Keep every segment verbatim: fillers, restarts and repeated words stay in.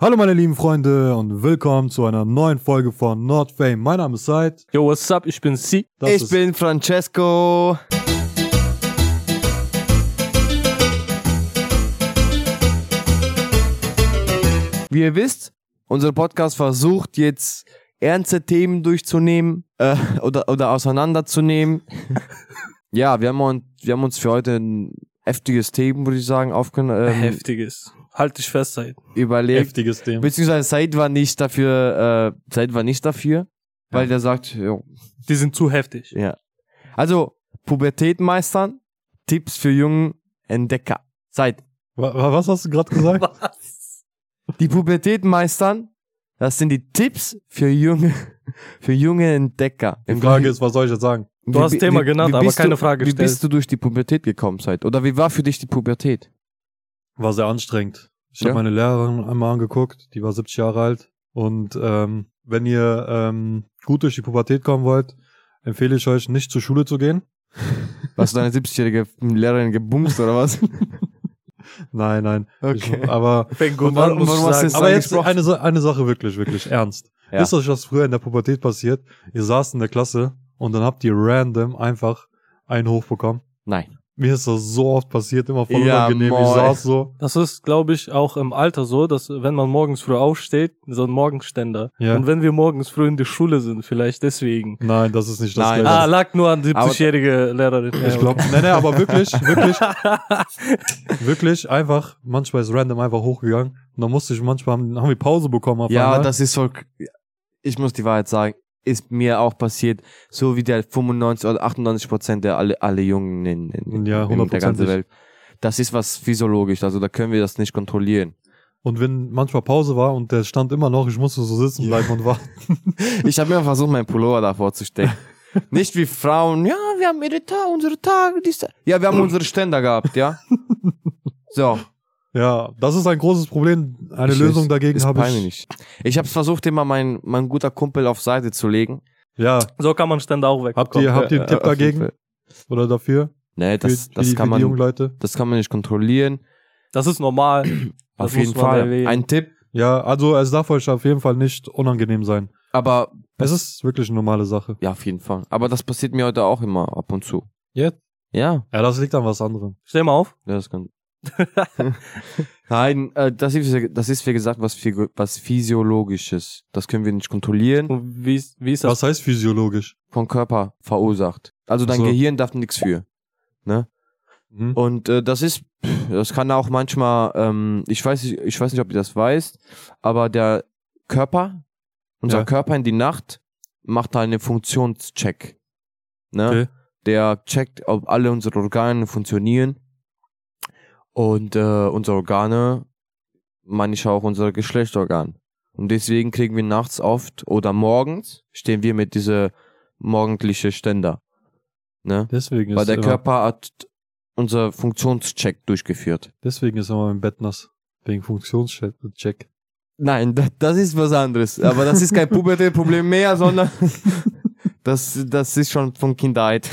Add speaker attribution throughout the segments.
Speaker 1: Hallo meine lieben Freunde und willkommen zu einer neuen Folge von NordFame. Mein Name ist Said.
Speaker 2: Yo, what's up? Ich bin C.
Speaker 3: Das ich bin Francesco. Wie ihr wisst, unser Podcast versucht jetzt ernste Themen durchzunehmen äh, oder, oder auseinanderzunehmen. Ja, wir haben, uns, wir haben uns für heute ein heftiges Thema, würde ich sagen, aufgenommen. Ähm,
Speaker 2: heftiges. Halt dich fest, Said.
Speaker 3: Überlegt.
Speaker 1: Heftiges Thema.
Speaker 3: Beziehungsweise Said war nicht dafür, äh, Said war nicht dafür, weil ja. der sagt, jo.
Speaker 2: Die sind zu heftig.
Speaker 3: Ja. Also, Pubertät meistern, Tipps für jungen Entdecker. Said.
Speaker 1: Was hast du gerade gesagt?
Speaker 2: Was?
Speaker 3: Die Pubertät meistern, das sind die Tipps für junge, für junge Entdecker.
Speaker 1: Die Frage ist, was soll ich jetzt sagen?
Speaker 2: Du hast das Thema genannt, aber keine Frage gestellt.
Speaker 3: Wie bist du durch die Pubertät gekommen, Said? Oder wie war für dich die Pubertät?
Speaker 1: War sehr anstrengend. Ich
Speaker 3: ja?
Speaker 1: habe meine Lehrerin einmal angeguckt, die war siebzig Jahre alt. Und ähm, wenn ihr ähm, gut durch die Pubertät kommen wollt, empfehle ich euch, nicht zur Schule zu gehen.
Speaker 3: Hast du deine siebzigjährige Lehrerin gebumst oder was?
Speaker 1: Nein, nein.
Speaker 3: Okay.
Speaker 1: Ich, aber
Speaker 2: Fängt gut
Speaker 3: an,
Speaker 2: muss
Speaker 3: ich sagen.
Speaker 1: Aber jetzt eine, eine Sache wirklich, wirklich ernst.
Speaker 3: Ja.
Speaker 1: Wisst ihr, was früher in der Pubertät passiert? Ihr saßt in der Klasse und dann habt ihr random einfach einen hochbekommen.
Speaker 3: Nein.
Speaker 1: Mir ist das so oft passiert, immer voll
Speaker 3: ja,
Speaker 1: unangenehm.
Speaker 3: Moi.
Speaker 1: Ich saß so.
Speaker 2: Das ist, glaube ich, auch im Alter so, dass wenn man morgens früh aufsteht, so ein Morgenständer.
Speaker 1: Ja.
Speaker 2: Und wenn wir morgens früh in der Schule sind, vielleicht deswegen.
Speaker 1: Nein, das ist nicht das
Speaker 3: Nein.
Speaker 1: Gleiche.
Speaker 2: Ah, lag nur an siebzigjährige Lehrerin.
Speaker 1: Ich glaube, nee, nee, aber wirklich, wirklich, wirklich einfach, manchmal ist random einfach hochgegangen und dann musste ich manchmal, haben, haben wir Pause bekommen auf
Speaker 3: Ja,
Speaker 1: einmal.
Speaker 3: das ist so, ich muss die Wahrheit sagen, ist mir auch passiert, so wie der fünfundneunzig oder achtundneunzig Prozent der alle, alle Jungen in, in,
Speaker 1: Ja,
Speaker 3: in der ganzen Welt. Das ist was physiologisch, also da können wir das nicht kontrollieren.
Speaker 1: Und wenn manchmal Pause war und der stand immer noch, ich musste so sitzen bleiben und warten.
Speaker 3: Ich habe mir versucht, meinen Pullover davor zu stecken. Nicht wie Frauen, ja, wir haben ihre Ta- unsere Tage, dies, ja, wir haben unsere Ständer gehabt, ja. So.
Speaker 1: Ja, das ist ein großes Problem. Eine
Speaker 3: Ich
Speaker 1: Lösung
Speaker 3: weiß,
Speaker 1: dagegen
Speaker 3: ist
Speaker 1: habe ich.
Speaker 3: peinlich. Ich habe es versucht, immer mein, mein guter Kumpel auf Seite zu legen.
Speaker 1: Ja.
Speaker 2: So kann man Ständer auch
Speaker 1: Habt
Speaker 2: wegbekommen.
Speaker 1: ihr, habt ihr einen Tipp
Speaker 3: Äh, auf jeden
Speaker 1: dagegen?
Speaker 3: Fall.
Speaker 1: Oder dafür?
Speaker 3: Nee, das,
Speaker 1: für, für
Speaker 3: das
Speaker 1: die,
Speaker 3: kann
Speaker 1: für die jungen
Speaker 3: man,
Speaker 1: Leute?
Speaker 3: das kann man nicht kontrollieren.
Speaker 2: Das ist normal. Das
Speaker 3: Auf jeden
Speaker 2: muss man
Speaker 3: Fall.
Speaker 2: erwähnen.
Speaker 3: Ein Tipp,
Speaker 1: Ja, also es darf euch auf jeden Fall nicht unangenehm sein.
Speaker 3: aber
Speaker 1: Es ist wirklich eine normale Sache.
Speaker 3: ja, auf jeden Fall. Aber das passiert mir heute auch immer ab und zu.
Speaker 1: Jetzt?
Speaker 3: Ja,
Speaker 1: Ja, das liegt an was anderem.
Speaker 2: Stell mal auf.
Speaker 3: ja das kann. Nein, äh, das ist, das ist wie gesagt was, Phy- was Physiologisches. Das können wir nicht kontrollieren,
Speaker 2: Und wie ist, wie ist das?
Speaker 1: Was heißt physiologisch?
Speaker 3: vom Körper verursacht. Also dein
Speaker 1: So.
Speaker 3: Gehirn darf nichts für. Ne?
Speaker 1: Mhm.
Speaker 3: Und äh, das ist, das kann auch manchmal, ähm, ich weiß nicht, ich weiß nicht, ob ihr das weißt, aber der Körper, unser
Speaker 1: Ja.
Speaker 3: Körper in die Nacht macht einen Funktionscheck. Ne?
Speaker 1: Okay.
Speaker 3: Der checkt, ob alle unsere Organe funktionieren. Und äh, unsere Organe, meine ich auch unser Geschlechtsorgan. Und deswegen kriegen wir nachts oft oder morgens stehen wir mit dieser morgendliche Ständer. Ne?
Speaker 1: Deswegen
Speaker 3: Weil
Speaker 1: ist
Speaker 3: der
Speaker 1: immer,
Speaker 3: Körper hat unser Funktionscheck durchgeführt.
Speaker 1: deswegen ist immer mein Bett nass. Wegen Funktionscheck.
Speaker 3: Nein, da, das ist was anderes. Aber das ist kein Pubertät-Problem mehr, sondern das, das ist schon von Kindheit.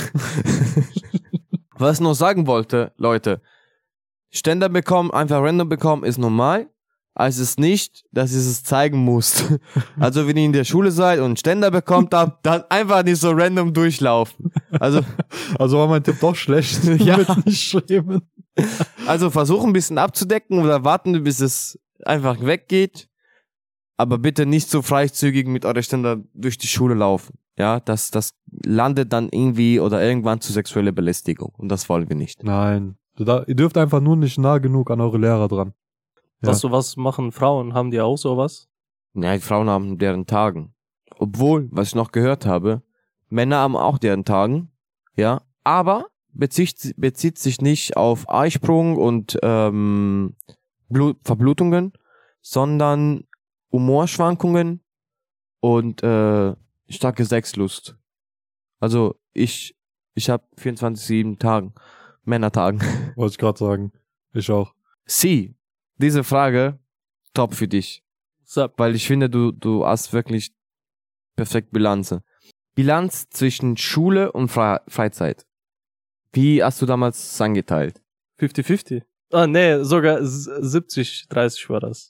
Speaker 3: Was ich noch sagen wollte, Leute, Ständer bekommen, einfach random bekommen, ist normal. Es ist nicht, dass ihr es zeigen musst. Also wenn ihr in der Schule seid und einen Ständer bekommt, dann, dann einfach nicht so random durchlaufen. Also,
Speaker 1: Also war mein Tipp doch schlecht.
Speaker 3: Ja.
Speaker 1: Mit nicht schämen.
Speaker 3: also versuchen ein bisschen abzudecken oder warten, bis es einfach weggeht. Aber bitte nicht so freizügig mit eurer Ständer durch die Schule laufen. Ja, das, das landet dann irgendwie oder irgendwann zu sexueller Belästigung. Und das wollen wir nicht.
Speaker 1: Nein. Du da, ihr dürft einfach nur nicht nah genug an eure Lehrer dran. Ja.
Speaker 2: Was, sowas machen Frauen? Haben die auch sowas?
Speaker 3: Ja, die Frauen haben deren Tagen. Obwohl, was ich noch gehört habe, Männer haben auch deren Tagen. Ja, aber bezieht, bezieht sich nicht auf Eisprung und ähm, Blut, Verblutungen, sondern Humorschwankungen und äh, starke Sexlust. Also ich, ich habe vierundzwanzig sieben Tagen, Männertagen.
Speaker 1: Wollte ich gerade sagen. Ich auch.
Speaker 3: Sie, diese Frage, top für dich.
Speaker 2: Sup.
Speaker 3: Weil ich finde, du, du hast wirklich perfekt Bilanz. Bilanz zwischen Schule und Fre- Freizeit. Wie hast du damals es angeteilt?
Speaker 2: fünfzig fünfzig. Ah, nee, sogar s- siebzig dreißig war das.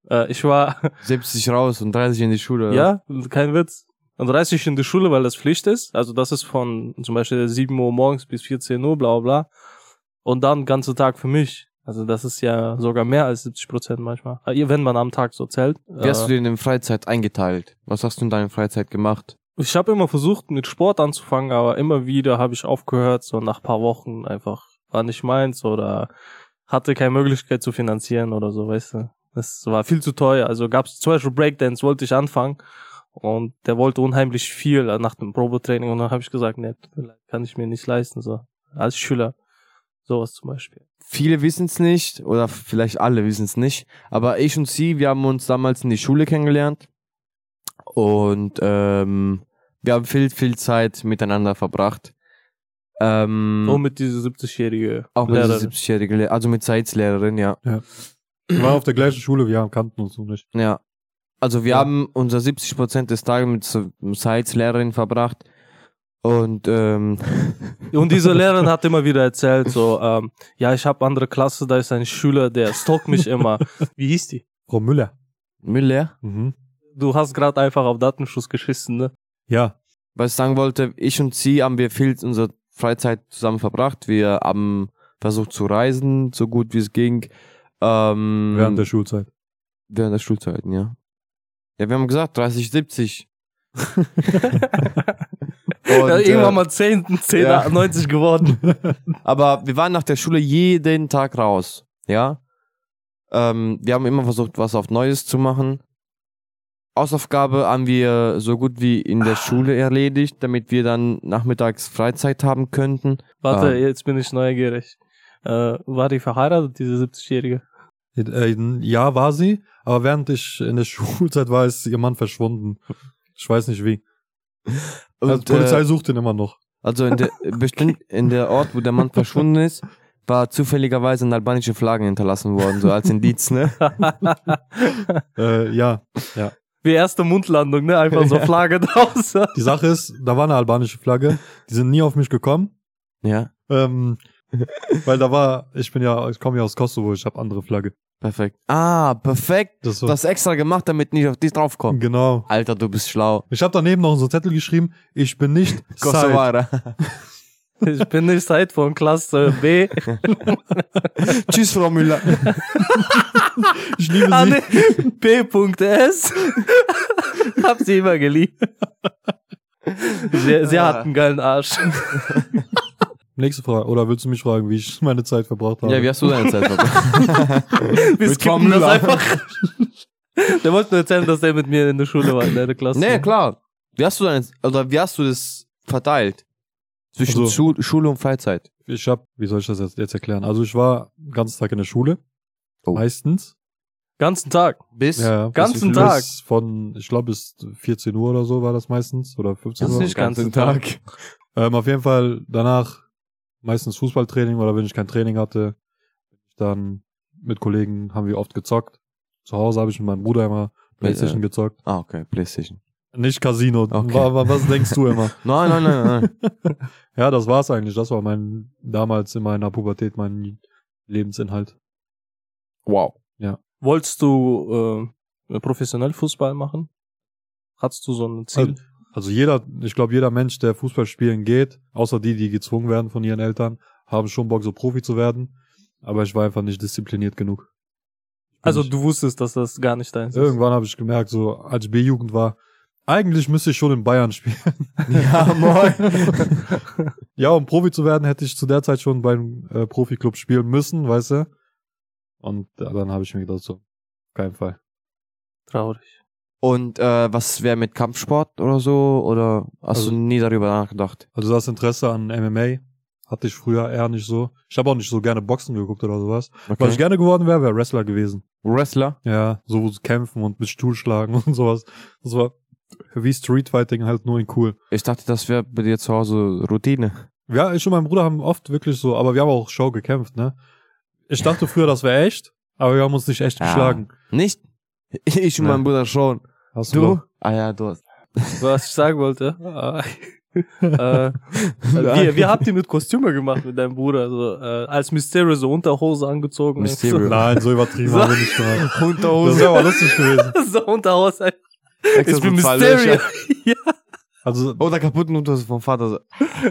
Speaker 2: Äh, ich war,
Speaker 3: siebzig raus und dreißig in die Schule.
Speaker 2: ja, kein Witz. Und dreißig in die Schule, weil das Pflicht ist. Also das ist von zum Beispiel sieben Uhr morgens bis vierzehn Uhr, bla bla bla. Und dann den ganzen Tag für mich. Also das ist ja sogar mehr als siebzig Prozent manchmal. Wenn man am Tag so zählt.
Speaker 3: Wie hast du dir in der Freizeit eingeteilt? Was hast du in deiner Freizeit gemacht?
Speaker 2: Ich habe immer versucht, mit Sport anzufangen, aber immer wieder habe ich aufgehört, so nach paar Wochen einfach war nicht meins oder hatte keine Möglichkeit zu finanzieren oder so, weißt du. Das war viel zu teuer. Also gab's zum Beispiel Breakdance, wollte ich anfangen und der wollte unheimlich viel nach dem Probetraining und dann habe ich gesagt, nee, kann ich mir nicht leisten, so als Schüler. Sowas zum Beispiel.
Speaker 3: Viele wissen es nicht oder vielleicht alle wissen es nicht, aber ich und sie, wir haben uns damals in die Schule kennengelernt und ähm, wir haben viel, viel Zeit miteinander verbracht. Ähm,
Speaker 2: Nur mit dieser siebzigjährige
Speaker 3: auch mit
Speaker 2: Lehrerin.
Speaker 3: dieser siebzigjährige, Le- also mit Saids Lehrerin, ja.
Speaker 1: Ja. Wir waren auf der gleichen Schule, wir kannten uns noch nicht.
Speaker 3: Ja. Also wir
Speaker 1: Ja.
Speaker 3: haben unser siebzig Prozent des Tages mit so- Saids Lehrerin verbracht und ähm,
Speaker 2: Und diese Lehrerin hat immer wieder erzählt, so, ähm, ja, ich habe andere Klasse, da ist ein Schüler, der stalkt mich immer. Wie hieß die?
Speaker 1: Frau Müller.
Speaker 3: Müller.
Speaker 1: Mhm.
Speaker 2: Du hast gerade einfach auf Datenschutz geschissen, ne?
Speaker 1: Ja.
Speaker 3: Was ich sagen wollte, ich und sie haben wir viel unserer Freizeit zusammen verbracht. Wir haben versucht zu reisen, so gut wie es ging. Ähm,
Speaker 1: Während der Schulzeit.
Speaker 3: während der Schulzeit, ja. Ja, wir haben gesagt, dreißig, siebzig. Und,
Speaker 2: Ja, irgendwann
Speaker 3: äh,
Speaker 2: mal zehn, zehn,
Speaker 3: ja.
Speaker 2: neunzig geworden.
Speaker 3: aber wir waren nach der Schule jeden Tag raus, ja. Ähm, wir haben immer versucht, was auf Neues zu machen. Hausaufgabe haben wir so gut wie in der Schule erledigt, damit wir dann nachmittags Freizeit haben könnten.
Speaker 2: Warte,
Speaker 3: Ah.
Speaker 2: jetzt bin ich neugierig. Äh, war die verheiratet, diese siebzigjährige?
Speaker 1: Äh, Ja, war sie, aber während ich in der Schulzeit war, ist ihr Mann verschwunden. Ich weiß nicht wie.
Speaker 3: Und,
Speaker 1: Also, die Polizei
Speaker 3: äh,
Speaker 1: sucht ihn immer noch.
Speaker 3: also in der, bestimmt in der Ort, wo der Mann verschwunden ist, war zufälligerweise eine albanische Flagge hinterlassen worden, so als Indiz, ne?
Speaker 1: Äh, ja.
Speaker 2: Wie erste Mundlandung, ne? Einfach so Flagge draußen.
Speaker 1: Die Sache ist, da war eine albanische Flagge. Die sind nie auf mich gekommen.
Speaker 3: Ja,
Speaker 1: Ähm, weil da war, ich bin ja, ich komme ja aus Kosovo, ich habe andere Flagge.
Speaker 3: perfekt. Ah, perfekt.
Speaker 1: Das
Speaker 3: Du
Speaker 1: war,
Speaker 3: hast extra gemacht, damit nicht auf dich draufkommt.
Speaker 1: genau.
Speaker 3: Alter, du bist schlau.
Speaker 1: Ich habe daneben noch so einen Zettel geschrieben, ich bin nicht Said.
Speaker 3: Kosovara.
Speaker 2: Ich bin nicht Zeit von Klasse B.
Speaker 3: Tschüss, Frau Müller.
Speaker 1: Ich liebe
Speaker 2: Ah,
Speaker 1: sie.
Speaker 2: nee. P.S. Hab sie immer geliebt. Sie, sie hat einen geilen Arsch.
Speaker 1: Nächste Frage. Oder willst du mich fragen, wie ich meine Zeit verbracht habe?
Speaker 3: Ja, wie hast du deine Zeit verbracht?
Speaker 2: Wir
Speaker 3: Mit Frau
Speaker 2: skippen das
Speaker 3: Müller.
Speaker 2: einfach. Der wollte nur erzählen, dass der mit mir in der Schule war, in der Klasse.
Speaker 3: Nee, klar. Wie hast du deine, oder wie hast du das verteilt? Zwischen
Speaker 1: Also-
Speaker 3: Schul Schule und Freizeit.
Speaker 1: Ich hab, wie soll ich das jetzt, jetzt erklären? Also ich war den ganzen Tag in der Schule.
Speaker 3: Oh.
Speaker 1: Meistens.
Speaker 2: Ganzen Tag.
Speaker 3: Bis?
Speaker 1: Ja,
Speaker 2: Ganzen
Speaker 1: bis,
Speaker 2: Tag.
Speaker 1: Bis von, ich glaube bis vierzehn Uhr oder so war das meistens. Oder fünfzehn
Speaker 2: Das ist
Speaker 1: Uhr.
Speaker 2: nicht ganzen Tag.
Speaker 1: Ähm, auf jeden Fall danach meistens Fußballtraining oder wenn ich kein Training hatte, dann mit Kollegen haben wir oft gezockt. Zu Hause habe ich mit meinem Bruder immer Playstation
Speaker 3: äh,
Speaker 1: gezockt.
Speaker 3: Ah, okay, Playstation.
Speaker 1: Nicht Casino.
Speaker 3: Okay.
Speaker 1: Wa- wa- Was denkst du immer?
Speaker 3: Nein, nein, nein, nein.
Speaker 1: Ja, das war's eigentlich. Das war mein, damals in meiner Pubertät mein Lebensinhalt.
Speaker 3: Wow.
Speaker 2: Wolltest du äh, professionell Fußball machen? Hattest du so ein Ziel?
Speaker 1: Also, also jeder, ich glaube, jeder Mensch, der Fußball spielen geht, außer die, die gezwungen werden von ihren Eltern, haben schon Bock, so Profi zu werden. Aber ich war einfach nicht diszipliniert genug.
Speaker 2: Also
Speaker 1: ich-
Speaker 2: du wusstest, dass das gar nicht deins ist.
Speaker 1: Irgendwann habe ich gemerkt, so als ich B-Jugend war, eigentlich müsste ich schon in Bayern spielen.
Speaker 3: Ja, moin.
Speaker 1: Ja, um Profi zu werden, hätte ich zu der Zeit schon beim äh, Profiklub spielen müssen, weißt du? Und ja, dann habe ich mir gedacht, so, auf keinen Fall.
Speaker 2: Traurig.
Speaker 3: Und äh, was wäre mit Kampfsport oder so? Oder hast
Speaker 1: Also-
Speaker 3: du nie darüber nachgedacht?
Speaker 1: Also das Interesse an M M A hatte ich früher eher nicht so. Ich habe auch nicht so gerne Boxen geguckt oder sowas. Was ich gerne geworden wäre, wäre Wrestler gewesen.
Speaker 3: Wrestler?
Speaker 1: Ja, so kämpfen und mit Stuhl schlagen und sowas. Das war wie Streetfighting halt nur in cool.
Speaker 3: Ich dachte, das wäre bei dir zu Hause Routine.
Speaker 1: Ja, ich und mein Bruder haben oft wirklich so, aber wir haben auch Show gekämpft, ne? Ich dachte früher, das wäre echt, aber wir haben uns nicht echt
Speaker 3: Ja.
Speaker 1: geschlagen.
Speaker 3: Nicht? Ich und
Speaker 1: Nee.
Speaker 3: mein Bruder schon.
Speaker 1: Hast
Speaker 3: Du?
Speaker 1: doch-
Speaker 3: Ah ja, du hast.
Speaker 2: Was ich sagen wollte. Ah, äh, wie, wie habt ihr mit Kostüme gemacht mit deinem Bruder? Also, äh, als Mysterio so Unterhose angezogen.
Speaker 3: Mysterio.
Speaker 1: Nein, so übertrieben
Speaker 2: So.
Speaker 1: haben wir nicht gemacht. Das
Speaker 3: Unterhose.
Speaker 1: wäre aber lustig gewesen.
Speaker 2: so Unterhose.
Speaker 3: Extra
Speaker 2: Ich bin
Speaker 3: so zwei
Speaker 2: Mysterio.
Speaker 3: Löcher.
Speaker 2: ja.
Speaker 1: Also,
Speaker 3: Oder kaputten Unterhose vom Vater. So.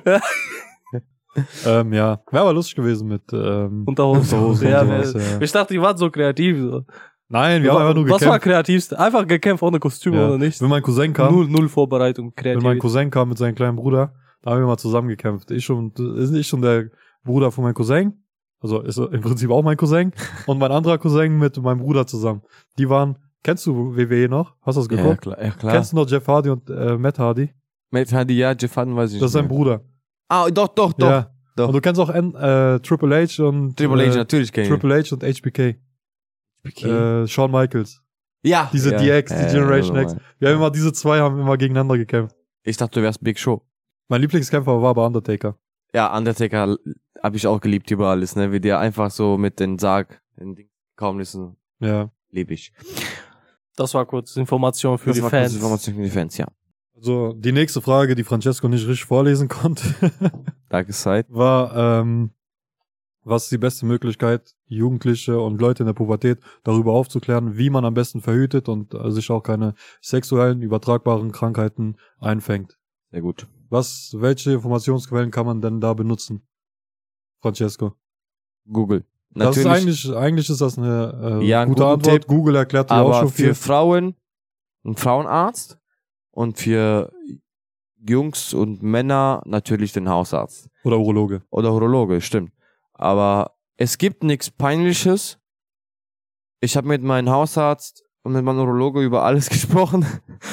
Speaker 1: ähm, ja, wäre aber lustig gewesen mit ähm,
Speaker 2: Unterhose.
Speaker 1: Unterhose
Speaker 2: ja,
Speaker 1: und
Speaker 2: wer-
Speaker 1: sowas, ja.
Speaker 2: Ich dachte, die waren so kreativ. So.
Speaker 1: Nein, wir haben einfach nur
Speaker 2: Was war
Speaker 1: gekämpft.
Speaker 2: kreativste? Einfach gekämpft ohne Kostüme
Speaker 1: Ja.
Speaker 2: oder nicht?
Speaker 1: Wenn mein Cousin kam,
Speaker 2: Null, null Vorbereitung,
Speaker 1: wenn mein
Speaker 2: kreativ.
Speaker 1: Cousin kam mit seinem kleinen Bruder, da haben wir mal zusammen gekämpft. Ich und, ich und der Bruder von meinem Cousin, also ist im Prinzip auch mein Cousin, und mein anderer Cousin mit meinem Bruder zusammen. Die waren, kennst du W W E noch? Hast du das
Speaker 3: Ja,
Speaker 1: geguckt?
Speaker 3: klar. Ja, klar.
Speaker 1: Kennst du noch Jeff Hardy und äh, Matt Hardy?
Speaker 3: Matt Hardy, ja, Jeff Hardy weiß ich
Speaker 1: Das ist sein
Speaker 3: nicht.
Speaker 1: Bruder.
Speaker 3: Ah, doch, doch, doch.
Speaker 1: Ja.
Speaker 3: doch.
Speaker 1: Und du kennst auch N, äh, Triple H und
Speaker 3: Triple H,
Speaker 1: äh,
Speaker 3: natürlich kenn ich.
Speaker 1: Triple H und H B K.
Speaker 3: Okay.
Speaker 1: Äh, Shawn Michaels.
Speaker 3: ja.
Speaker 1: diese
Speaker 3: ja.
Speaker 1: D X, die Generation
Speaker 3: ja,
Speaker 1: X. Wir haben immer, diese zwei haben immer gegeneinander gekämpft.
Speaker 3: Ich dachte, du wärst Big Show.
Speaker 1: Mein Lieblingskämpfer war aber Undertaker.
Speaker 3: Ja, Undertaker habe ich auch geliebt über alles, ne? Wie der einfach so mit den Sarg in Ding kaum wissen,
Speaker 1: Ja.
Speaker 3: lieb ich.
Speaker 2: Das war kurz Information für
Speaker 3: Das
Speaker 2: die
Speaker 3: war
Speaker 2: Fans.
Speaker 3: kurz Information für die Fans, ja.
Speaker 1: Also, die nächste Frage, die Francesco nicht richtig vorlesen konnte,
Speaker 3: Danke, Zeit.
Speaker 1: war, ähm, was ist die beste Möglichkeit, Jugendliche und Leute in der Pubertät darüber aufzuklären, wie man am besten verhütet und äh, sich auch keine sexuellen, übertragbaren Krankheiten einfängt.
Speaker 3: Sehr gut.
Speaker 1: Was, welche Informationsquellen kann man denn da benutzen? Francesco.
Speaker 3: Google.
Speaker 1: Das ist
Speaker 3: Natürlich,
Speaker 1: eigentlich, eigentlich ist das eine äh,
Speaker 3: Ja, ein
Speaker 1: gute
Speaker 3: guter
Speaker 1: Antwort.
Speaker 3: Tipp.
Speaker 1: Google erklärt dir auch
Speaker 3: aber
Speaker 1: schon viel.
Speaker 3: für Frauen ein Frauenarzt und für Jungs und Männer natürlich den Hausarzt.
Speaker 1: Oder Urologe.
Speaker 3: Oder Urologe, stimmt. Aber es gibt nichts Peinliches. Ich habe mit meinem Hausarzt und mit meinem Urologe über alles gesprochen.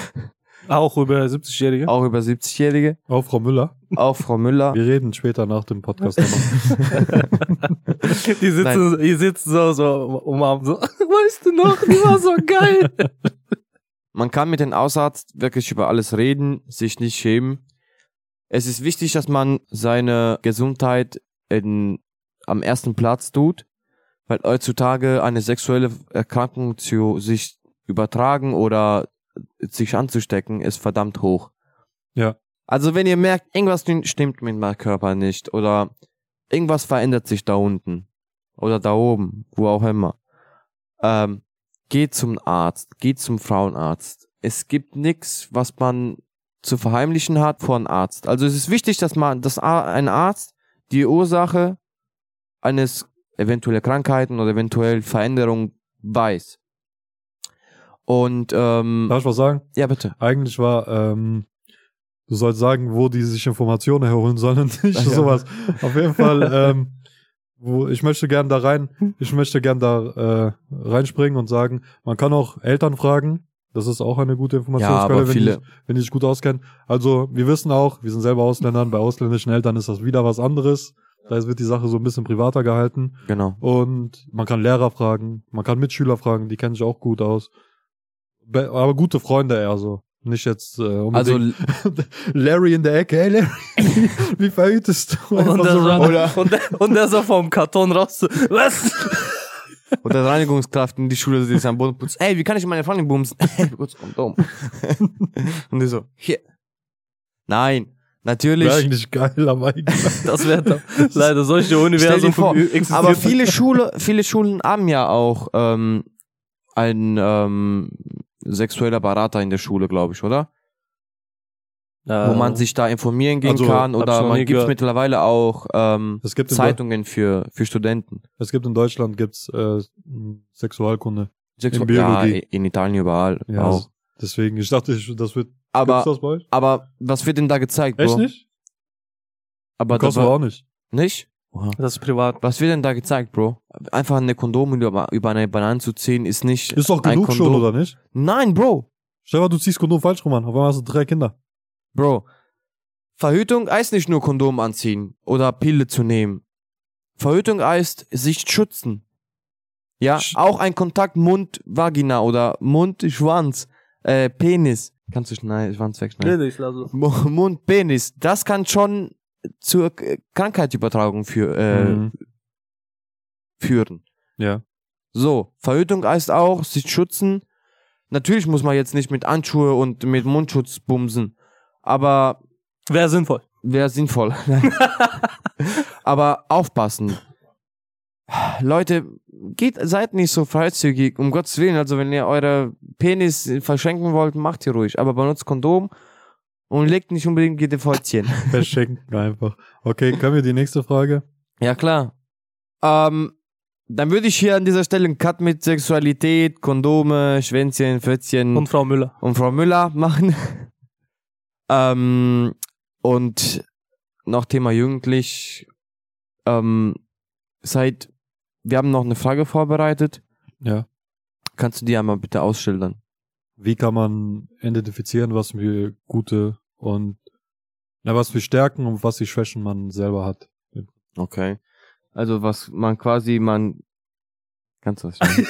Speaker 2: Auch über siebzig-Jährige.
Speaker 3: Auch über siebzig-Jährige.
Speaker 1: Auch Frau Müller.
Speaker 3: Auch Frau Müller.
Speaker 1: Wir reden später nach dem Podcast nochmal.
Speaker 2: Die sitzen, die sitzen so, so umarmt, so, weißt du noch, die war so geil.
Speaker 3: Man kann mit dem Hausarzt wirklich über alles reden, sich nicht schämen. Es ist wichtig, dass man seine Gesundheit in, am ersten Platz tut, weil heutzutage eine sexuelle Erkrankung zu sich übertragen oder sich anzustecken ist verdammt hoch.
Speaker 1: Ja.
Speaker 3: Also wenn ihr merkt, irgendwas stimmt mit meinem Körper nicht oder irgendwas verändert sich da unten oder da oben, wo auch immer, ähm, geht zum Arzt, geht zum Frauenarzt. Es gibt nichts, was man zu verheimlichen hat vor einem Arzt. Also es ist wichtig, dass man, dass ein Arzt die Ursache eines eventuellen Krankheiten oder eventuell Veränderung weiß. Und ähm,
Speaker 1: Darf ich was sagen?
Speaker 3: ja bitte.
Speaker 1: Eigentlich war, ähm, du sollst sagen, wo die sich Informationen herholen sollen und nicht
Speaker 3: Ja.
Speaker 1: sowas. Auf jeden Fall, ähm, wo ich möchte gern da rein, ich möchte gern da äh, reinspringen und sagen, man kann auch Eltern fragen. Das ist auch eine gute
Speaker 3: Ja,
Speaker 1: Informationsquelle,
Speaker 3: aber
Speaker 1: wenn,
Speaker 3: viele.
Speaker 1: die, wenn die sich gut auskennen. Also, wir wissen auch, wir sind selber Ausländern, bei ausländischen Eltern ist das wieder was anderes. Da wird die Sache so ein bisschen privater gehalten.
Speaker 3: Genau.
Speaker 1: Und man kann Lehrer fragen, man kann Mitschüler fragen, die kennen sich auch gut aus. Be aber gute Freunde eher so. Nicht jetzt äh,
Speaker 3: Also
Speaker 1: unbedingt Larry in der Ecke. Hey Larry, wie verhütest du?
Speaker 2: Und
Speaker 1: Einfach
Speaker 2: der,
Speaker 1: so
Speaker 2: so,
Speaker 1: random.
Speaker 2: und, der, und der so vom Karton raus, so, was?
Speaker 3: und der Reinigungskraft in die Schule sitzt am Boden putzt. Ey, wie kann ich meine Freundin bumsen? Ey, kurz Kondom. Und die so, hier. Nein, natürlich.
Speaker 1: Wäre eigentlich geil, aber eigentlich.
Speaker 2: Das wäre doch leider solche
Speaker 3: Stell dir
Speaker 2: Universum
Speaker 3: vor,
Speaker 2: existiert.
Speaker 3: aber viele Schule, viele Schulen haben ja auch ähm, ein ähm, sexueller Berater in der Schule, glaube ich, oder?
Speaker 2: ja,
Speaker 3: Wo man sich da informieren gehen
Speaker 1: Also,
Speaker 3: kann
Speaker 2: hab
Speaker 3: oder
Speaker 2: ich noch
Speaker 3: man
Speaker 2: nie
Speaker 3: gibt
Speaker 2: gehört.
Speaker 3: mittlerweile auch ähm,
Speaker 1: Es gibt in, Deu
Speaker 3: Zeitungen für für Studenten.
Speaker 1: es gibt in Deutschland gibt's äh, Sexualkunde.
Speaker 3: Sexu-
Speaker 1: Biologie.
Speaker 3: Ja, in Italien überall
Speaker 1: Ja,
Speaker 3: auch.
Speaker 1: deswegen, ich dachte, ich, das wird. Gibt's
Speaker 3: Aber
Speaker 1: das bei euch?
Speaker 3: aber was wird denn da gezeigt, Bro?
Speaker 1: Echt nicht?
Speaker 3: Aber das
Speaker 1: Kosovo
Speaker 3: war
Speaker 1: auch nicht.
Speaker 3: nicht? Oha.
Speaker 2: das ist privat.
Speaker 3: Was wird denn da gezeigt, Bro? Einfach eine Kondom über, über eine Banane zu ziehen, ist nicht.
Speaker 1: Ist doch
Speaker 3: ein
Speaker 1: genug schon,
Speaker 3: Kondom.
Speaker 1: oder nicht?
Speaker 3: Nein, Bro.
Speaker 1: Stell dir mal, du ziehst Kondom falsch rum an. Auf einmal hast du drei Kinder.
Speaker 3: Bro. Verhütung heißt nicht nur Kondom anziehen oder Pille zu nehmen. Verhütung heißt sich schützen. Ja,
Speaker 1: Sch-
Speaker 3: auch ein Kontakt Mund-Vagina oder Mund-Schwanz, äh, Penis. Kannst du schneiden, Schwanz wegschneiden?
Speaker 2: Nee, ich lasse.
Speaker 3: Mu- Mund-Penis. Das kann schon zur K- Krankheitsübertragung für, äh,
Speaker 1: Mhm.
Speaker 3: führen.
Speaker 1: Ja.
Speaker 3: So, Verhütung heißt auch, sich schützen. Natürlich muss man jetzt nicht mit Handschuhe und mit Mundschutz bumsen. Aber
Speaker 2: Wäre sinnvoll.
Speaker 3: Wäre sinnvoll. Aber aufpassen. Leute, geht, seid nicht so freizügig, um Gottes Willen. Also wenn ihr eure Penis verschenken wollt, macht ihr ruhig. Aber benutzt Kondom und legt nicht unbedingt jede Fäustchen.
Speaker 1: Verschenken einfach. Okay, können wir die nächste Frage?
Speaker 3: Ja, klar. Ähm, dann würde ich hier an dieser Stelle einen Cut mit Sexualität, Kondome, Schwänzchen, Fötzchen
Speaker 2: Und Frau Müller.
Speaker 3: und Frau Müller machen. ähm, und noch Thema jugendlich. Ähm, seit, wir haben noch eine Frage vorbereitet.
Speaker 1: Ja.
Speaker 3: Kannst du die einmal bitte ausschildern?
Speaker 1: Wie kann man identifizieren, was für gute und na, was für Stärken und was für Schwächen man selber hat?
Speaker 3: Okay. Also was man quasi, man... Kannst du was sagen?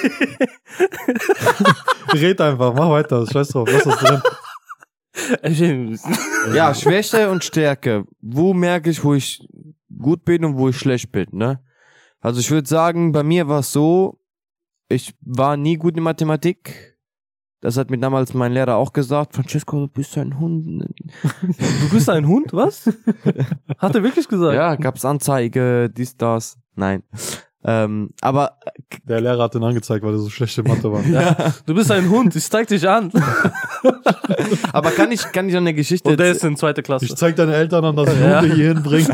Speaker 1: Red einfach, mach weiter, scheiß drauf, lass das drin.
Speaker 3: Ja, Schwäche und Stärke. Wo merke ich, wo ich gut bin und wo ich schlecht bin, ne? Also ich würde sagen, bei mir war es so, ich war nie gut in Mathematik. Das hat mir damals mein Lehrer auch gesagt. Francesco, du bist ein Hund.
Speaker 2: Du bist ein Hund, was? Hat er wirklich gesagt?
Speaker 3: Ja, gab's Anzeige, dies, das. Nein. Ähm, aber
Speaker 1: Der Lehrer hat den angezeigt, weil er so schlechte Mathe war.
Speaker 2: Ja, du bist ein Hund, ich zeig dich an.
Speaker 3: aber kann ich kann ich eine Geschichte
Speaker 2: Und der ist in zweiter Klasse.
Speaker 1: Ich zeig deine Eltern an, dass ich
Speaker 2: Ja.
Speaker 1: Hunde hier hinbringe.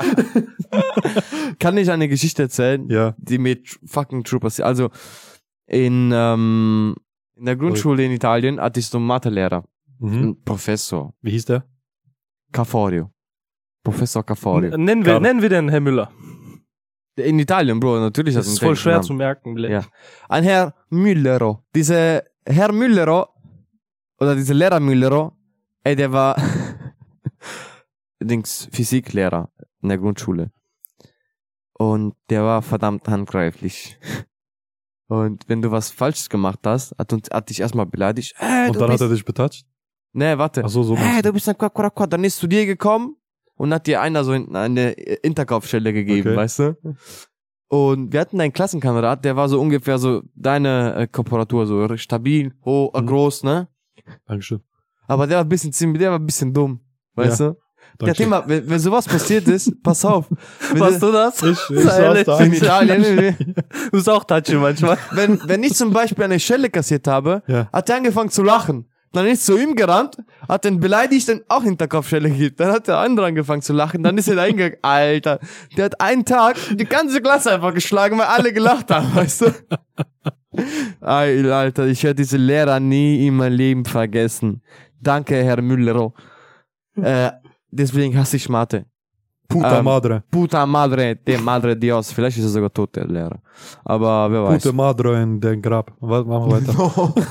Speaker 3: kann ich eine Geschichte erzählen,
Speaker 1: Ja.
Speaker 3: die mir tr- fucking true passiert. Also in ähm, in der Grundschule in Italien hatte ich so einen Mathelehrer,
Speaker 1: Mhm.
Speaker 3: einen Professor
Speaker 1: Wie hieß der?
Speaker 3: Caforio. Professor Caforio.
Speaker 2: N- Nennen wir,
Speaker 1: Klar.
Speaker 2: nennen wir den Herr Müller.
Speaker 3: In Italien, Bro, natürlich.
Speaker 2: Das
Speaker 3: hat
Speaker 2: ist
Speaker 3: einen
Speaker 2: voll schwer
Speaker 3: Namen.
Speaker 2: zu merken. Ble-
Speaker 3: Ja. Ein Herr Müllero. Dieser Herr Müllero, oder dieser Lehrer Müllero, ey, der war Dings Physiklehrer in der Grundschule. Und der war verdammt handgreiflich. Und wenn du was Falsches gemacht hast, hat, uns, hat dich erstmal beleidigt. Hey,
Speaker 1: Und
Speaker 3: du
Speaker 1: dann
Speaker 3: bist,
Speaker 1: hat er dich betatscht?
Speaker 3: nee, warte.
Speaker 1: Ach so, so.
Speaker 3: Hey,
Speaker 1: meinst
Speaker 3: du bist ein Quack, Quack, Quack. Dann ist zu dir gekommen und hat dir einer so in- eine Interkopfstelle gegeben,
Speaker 1: Okay.
Speaker 3: weißt du? Und wir hatten einen Klassenkamerad, der war so ungefähr so deine äh, Korporatur, so stabil, hoch, äh,
Speaker 1: Mhm.
Speaker 3: groß, ne?
Speaker 1: Dankeschön.
Speaker 3: Aber der war ein bisschen ziemlich, der war ein bisschen dumm, weißt du? Der
Speaker 1: Dankeschön.
Speaker 3: Thema, wenn, wenn sowas passiert ist, pass auf. Wenn,
Speaker 2: Warst du das?
Speaker 1: Ich, ich
Speaker 2: Sei
Speaker 1: saß
Speaker 2: ehrlich.
Speaker 1: da
Speaker 3: in
Speaker 1: eigentlich.
Speaker 3: Italien,
Speaker 2: Du bist auch touchy manchmal.
Speaker 3: wenn, wenn ich zum Beispiel eine Schelle kassiert habe,
Speaker 1: Ja.
Speaker 3: hat er angefangen zu lachen. Dann ist zu ihm gerannt, hat den beleidigt und auch Hinterkopfschelle gegeben. Dann hat der andere angefangen zu lachen, dann ist er da hingegangen. Alter, der hat einen Tag die ganze Klasse einfach geschlagen, weil alle gelacht haben, weißt du? Ey, Alter, ich werde diese Lehrer nie in meinem Leben vergessen. Danke, Herr Müllero. Äh, deswegen hasse ich Mathe.
Speaker 1: Puta
Speaker 3: Ähm,
Speaker 1: madre.
Speaker 3: Puta madre, de madre Dios. Vielleicht ist er sogar tot, der Lehrer. Aber wer weiß.
Speaker 1: Puta madre in den Grab. Warte, machen wir weiter.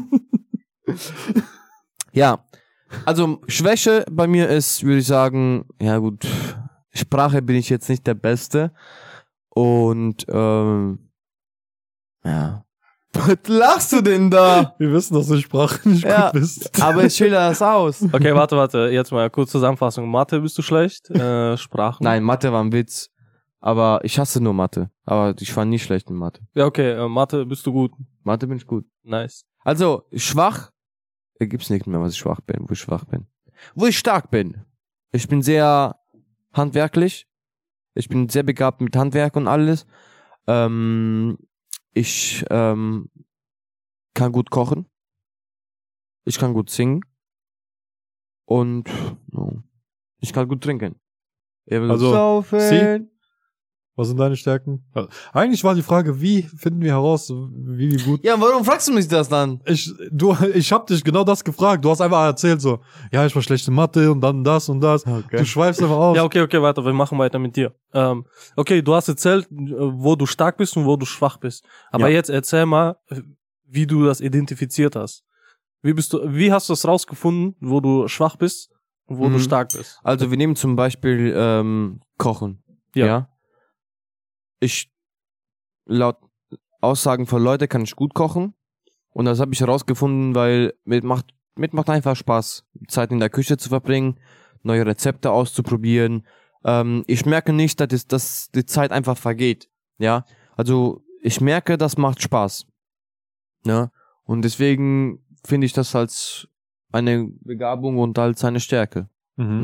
Speaker 3: Ja, also Schwäche bei mir ist, würde ich sagen, ja gut, Sprache bin ich jetzt nicht der Beste. Und, ähm, ja. Was lachst du denn da?
Speaker 1: Wir wissen, dass du Sprache nicht
Speaker 3: Ja.
Speaker 1: gut bist.
Speaker 3: Aber ich schilder das aus.
Speaker 2: Okay, warte, warte. Jetzt mal kurz Zusammenfassung. Mathe bist du schlecht. Äh, Sprachen.
Speaker 3: Nein, Mathe war ein Witz. Aber ich hasse nur Mathe. Aber ich war nie schlecht in Mathe.
Speaker 2: Ja, okay. Äh, Mathe bist du gut.
Speaker 3: Mathe bin ich gut.
Speaker 2: Nice.
Speaker 3: Also, schwach, da gibt's nicht mehr, was ich schwach bin, wo ich schwach bin. Wo ich stark bin. Ich bin sehr handwerklich. Ich bin sehr begabt mit Handwerk und alles. Ähm, ich ähm, kann gut kochen. Ich kann gut singen. Und no, ich kann gut trinken.
Speaker 1: Also,
Speaker 3: Saufen.
Speaker 1: Sie? Was sind deine Stärken? Also, eigentlich war die Frage, wie finden wir heraus, wie, wie gut.
Speaker 3: Ja, warum fragst du mich das dann?
Speaker 1: Ich, du, ich hab dich genau das gefragt. Du hast einfach erzählt so, ja, ich war schlecht in Mathe und dann das und das. Du schweifst einfach aus.
Speaker 2: Ja, okay, okay, weiter. Wir machen weiter mit dir. Ähm, okay, du hast erzählt, äh, wo du stark bist und wo du schwach bist. Aber
Speaker 1: Ja.
Speaker 2: jetzt erzähl mal, äh, wie du das identifiziert hast. Wie bist du, wie hast du das rausgefunden, wo du schwach bist und wo
Speaker 3: Mhm.
Speaker 2: du stark bist?
Speaker 3: Also wir nehmen zum Beispiel ähm, Kochen.
Speaker 2: Ja.
Speaker 3: Ja. Ich, laut Aussagen von Leuten kann ich gut kochen. Und das habe ich herausgefunden, weil mir macht, mir macht einfach Spaß, Zeit in der Küche zu verbringen, neue Rezepte auszuprobieren. Ähm, ich merke nicht, dass, es, dass die Zeit einfach vergeht. Ja. Also ich merke, das macht Spaß. Ja. Und deswegen finde ich das als eine Begabung und als eine Stärke.
Speaker 1: Mhm.
Speaker 3: Ne?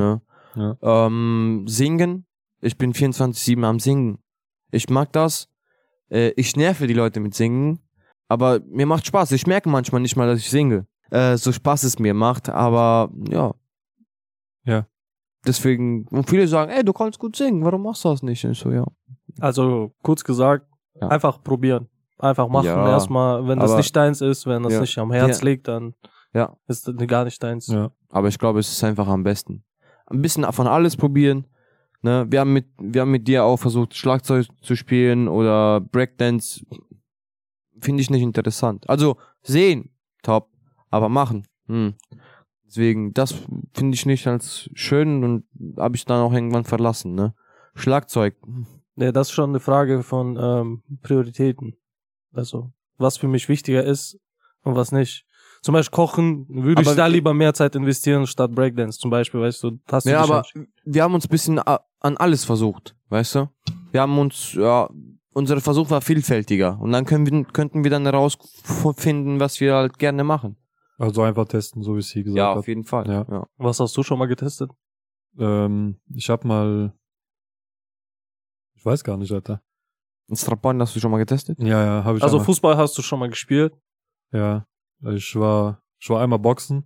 Speaker 1: Ja.
Speaker 3: Ähm, singen. Ich bin vierundzwanzig sieben am Singen. Ich mag das. Äh, ich nerve die Leute mit Singen. Aber mir macht Spaß. Ich merke manchmal nicht mal, dass ich singe. Äh, so Spaß es mir macht. Aber ja.
Speaker 1: Ja.
Speaker 3: Deswegen, und viele sagen, ey, du kannst gut singen. Warum machst du das nicht? Und ich so, ja.
Speaker 2: Also, kurz gesagt,
Speaker 3: Ja.
Speaker 2: einfach probieren. Einfach machen.
Speaker 3: Ja,
Speaker 2: Erstmal, wenn das
Speaker 3: aber-
Speaker 2: nicht deins ist, wenn das
Speaker 3: Ja.
Speaker 2: nicht am Herz
Speaker 3: Ja.
Speaker 2: liegt, dann
Speaker 3: Ja.
Speaker 2: ist das gar nicht deins.
Speaker 1: Ja.
Speaker 3: Aber ich glaube, es ist einfach am besten. Ein bisschen von alles probieren. Ne? Wir haben mit, wir haben mit dir auch versucht, Schlagzeug zu spielen oder Breakdance. Finde ich nicht interessant. Also, sehen, top. Aber machen, hm. Deswegen, das finde ich nicht als schön und habe ich dann auch irgendwann verlassen, ne? Schlagzeug.
Speaker 2: Ja, das ist schon eine Frage von ähm, Prioritäten. Also, was für mich wichtiger ist und was nicht. Zum Beispiel Kochen, würde ich
Speaker 3: Aber-
Speaker 2: da lieber mehr Zeit investieren statt Breakdance zum Beispiel, weißt du. Hast du
Speaker 3: Ja,
Speaker 2: dich
Speaker 3: aber
Speaker 2: entsch-
Speaker 3: wir haben uns ein bisschen a- an alles versucht, weißt du? Wir haben uns, ja, unser Versuch war vielfältiger und dann können wir, könnten wir dann herausfinden, was wir halt gerne machen.
Speaker 1: Also einfach testen, so wie es hier gesagt
Speaker 3: Ja,
Speaker 1: hat.
Speaker 3: auf jeden Fall.
Speaker 1: Ja.
Speaker 3: Ja.
Speaker 2: Was hast du schon mal getestet?
Speaker 1: Ähm, ich hab mal, ich weiß gar nicht, Alter.
Speaker 3: Ein Strapon hast du schon mal getestet?
Speaker 1: Ja, ja, habe ich
Speaker 2: Also
Speaker 1: einmal.
Speaker 2: Fußball hast du schon mal gespielt.
Speaker 1: Ja, ich war, ich war einmal boxen.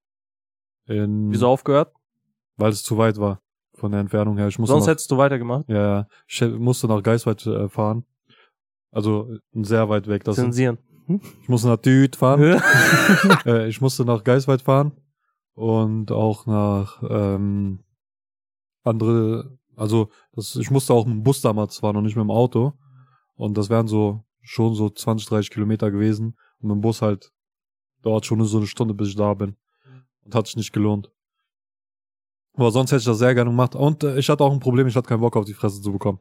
Speaker 1: In,
Speaker 2: Wieso aufgehört?
Speaker 1: Weil es zu weit war von der Entfernung her. Ich musste
Speaker 2: Sonst
Speaker 1: noch,
Speaker 2: hättest du weitergemacht.
Speaker 1: ja, ja, ich musste nach Geisweit äh, fahren. Also sehr weit weg. Das sind,
Speaker 2: Zensieren.
Speaker 1: ich musste nach Düt fahren. äh, ich musste nach Geisweit fahren und auch nach ähm, andere, also das, ich musste auch mit dem Bus damals fahren und nicht mit dem Auto. Und das wären so schon so zwanzig, dreißig Kilometer gewesen. Und mit dem Bus halt dauert schon nur so eine Stunde, bis ich da bin. Und hat sich nicht gelohnt. Aber sonst hätte ich das sehr gerne gemacht. Und äh, ich hatte auch ein Problem, ich hatte keinen Bock auf die Fresse zu bekommen.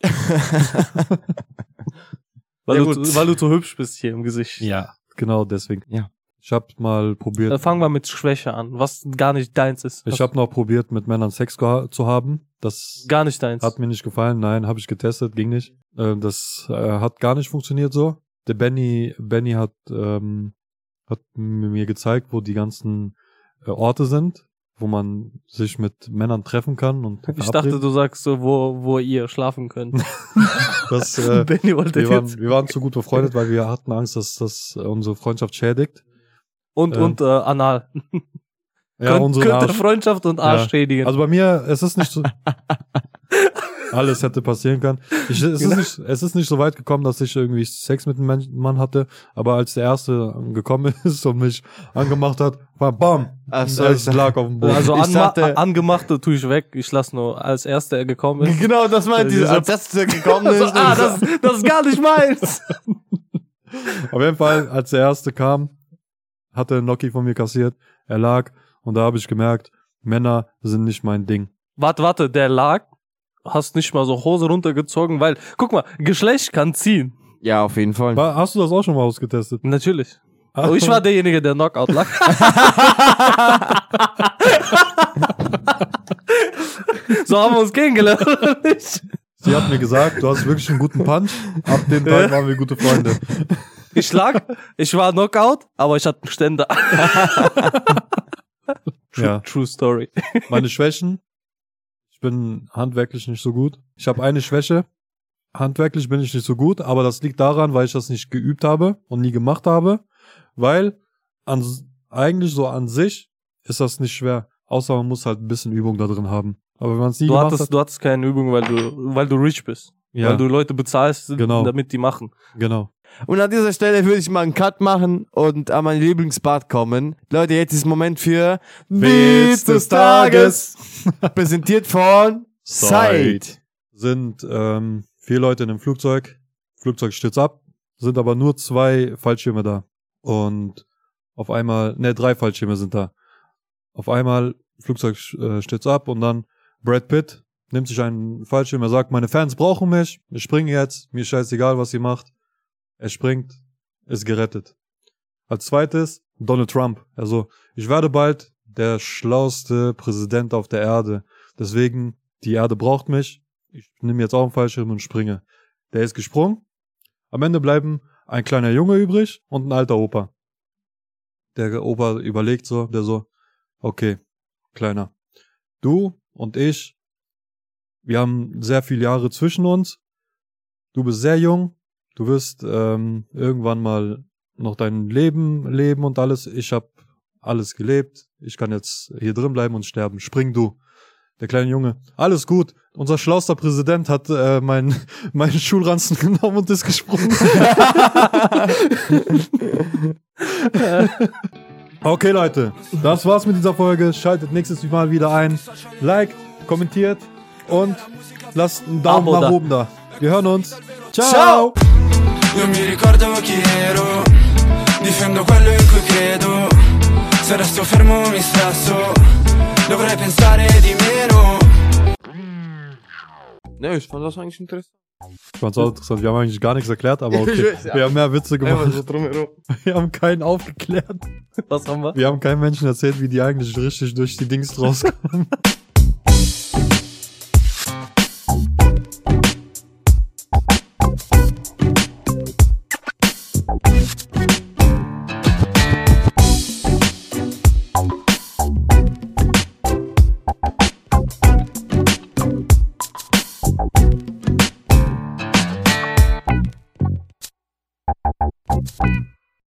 Speaker 2: Weil,
Speaker 3: Ja,
Speaker 2: du,
Speaker 3: gut.
Speaker 2: weil du zu hübsch bist hier im Gesicht.
Speaker 1: Ja. Genau deswegen.
Speaker 3: Ja.
Speaker 1: Ich habe mal probiert.
Speaker 2: Dann fangen wir mit Schwäche an, was gar nicht deins ist.
Speaker 1: Ich habe noch probiert, mit Männern Sex geha- zu haben. Das
Speaker 2: gar nicht deins.
Speaker 1: hat mir nicht gefallen. Nein, habe ich getestet, ging nicht. Äh, das äh, hat gar nicht funktioniert so. Der Benny, Benny hat, ähm, hat m- mir gezeigt, wo die ganzen äh, Orte sind, wo man sich mit Männern treffen kann. Und
Speaker 2: Ich dachte,
Speaker 1: verabreden.
Speaker 2: du sagst so, wo, wo ihr schlafen könnt.
Speaker 1: das, äh,
Speaker 2: Benny wollte
Speaker 1: wir, waren,
Speaker 2: jetzt.
Speaker 1: wir waren zu gut befreundet, weil wir hatten Angst, dass das äh, unsere Freundschaft schädigt.
Speaker 2: Und,
Speaker 1: ähm,
Speaker 2: und äh, Anal.
Speaker 1: Ja,
Speaker 2: Könnt,
Speaker 1: unsere
Speaker 2: könnte
Speaker 1: Arsch.
Speaker 2: Freundschaft und Arsch
Speaker 1: Ja.
Speaker 2: schädigen.
Speaker 1: Also bei mir, es ist nicht so. Alles hätte passieren können. Ich, es,
Speaker 2: Genau.
Speaker 1: ist nicht, es ist nicht so weit gekommen, dass ich irgendwie Sex mit einem Men- Mann hatte, aber als der Erste gekommen ist und mich angemacht hat, war BAM!
Speaker 3: Ach so,
Speaker 1: es
Speaker 3: ich-
Speaker 1: lag auf dem Boden.
Speaker 2: Also
Speaker 3: Ich
Speaker 2: anma
Speaker 3: dachte-
Speaker 2: angemachte tue ich weg. Ich lasse nur, als erster er gekommen ist.
Speaker 3: Genau, das meinte ich,
Speaker 2: Diese-
Speaker 3: als das gekommen
Speaker 2: Also,
Speaker 3: ist.
Speaker 2: ah, das, das ist gar nicht meins.
Speaker 1: Auf jeden Fall, als der Erste kam, hat er einen Noki von mir kassiert. Er lag und da habe ich gemerkt, Männer sind nicht mein Ding.
Speaker 2: Warte, warte, der lag. Hast nicht mal so Hose runtergezogen, weil, guck mal, Geschlecht kann ziehen.
Speaker 3: Ja, auf jeden Fall.
Speaker 1: War, hast du das auch schon mal ausgetestet?
Speaker 2: Natürlich. Oh, ich war derjenige, der Knockout lag. So haben wir uns kennengelernt, oder nicht?
Speaker 1: Sie hat mir gesagt, du hast wirklich einen guten Punch. Ab dem Tag waren wir gute Freunde.
Speaker 2: Ich lag, ich war Knockout, aber ich hatte einen Ständer. True,
Speaker 1: Ja.
Speaker 2: true Story.
Speaker 1: Meine Schwächen. Ich bin handwerklich nicht so gut. Ich habe eine Schwäche. Handwerklich bin ich nicht so gut, aber das liegt daran, weil ich das nicht geübt habe und nie gemacht habe. Weil an, eigentlich so an sich ist das nicht schwer. Außer man muss halt ein bisschen Übung da drin haben. Aber wenn man es nie
Speaker 2: Du
Speaker 1: gemacht
Speaker 2: hattest,
Speaker 1: hat.
Speaker 2: du hattest keine Übung, weil du, weil du rich bist.
Speaker 1: Ja,
Speaker 2: Weil du Leute bezahlst,
Speaker 1: Genau.
Speaker 2: damit die machen.
Speaker 1: genau.
Speaker 3: Und an dieser Stelle würde ich mal einen Cut machen und an mein Lieblingspart kommen. Leute, jetzt ist Moment für
Speaker 1: Witz des Tages.
Speaker 3: Präsentiert von Side.
Speaker 1: Sind ähm, vier Leute in einem Flugzeug. Flugzeug stürzt ab. Sind aber nur zwei Fallschirme da. Und auf einmal, ne, drei Fallschirme sind da. Auf einmal Flugzeug äh, stürzt ab und dann Brad Pitt nimmt sich einen Fallschirm. Er sagt, meine Fans brauchen mich. Ich springe jetzt. Mir scheißegal, was ihr macht. Er springt, ist gerettet. Als zweites Donald Trump. Also, ich werde bald der schlauste Präsident auf der Erde. Deswegen, die Erde braucht mich. Ich nehme jetzt auch einen Fallschirm und springe. Der ist gesprungen. Am Ende bleiben ein kleiner Junge übrig und ein alter Opa. Der Opa überlegt so, der so, okay, Kleiner, du und ich, wir haben sehr viele Jahre zwischen uns. Du bist sehr jung. Du wirst ähm, irgendwann mal noch dein Leben leben und alles. Ich habe alles gelebt. Ich kann jetzt hier drin bleiben und sterben. Spring du, der kleine Junge. Alles gut. Unser schlauster Präsident hat äh, meinen mein Schulranzen genommen und ist gesprungen. Okay, Leute. Das war's mit dieser Folge. Schaltet nächstes Mal wieder ein. Like, kommentiert und lasst einen Daumen
Speaker 2: Abo
Speaker 1: nach
Speaker 2: da.
Speaker 1: oben da. Wir hören uns. Ciao!
Speaker 3: Ciao.
Speaker 4: Io mi ricordo chi ero, difendo quello in cui credo. Se resto fermo mi stresso, dovrei pensare di meno.
Speaker 3: Ne, ich fand das eigentlich interessant.
Speaker 1: Ich fand's auch interessant. Wir haben eigentlich gar nichts erklärt, aber okay.
Speaker 3: Ich weiß, ja.
Speaker 1: Wir haben mehr Witze
Speaker 3: Einfach
Speaker 1: gemacht.
Speaker 3: so drumherum.
Speaker 1: Wir haben keinen aufgeklärt.
Speaker 2: Was haben wir?
Speaker 1: Wir haben keinem Menschen erzählt, wie die eigentlich richtig durch die Dings rauskommen.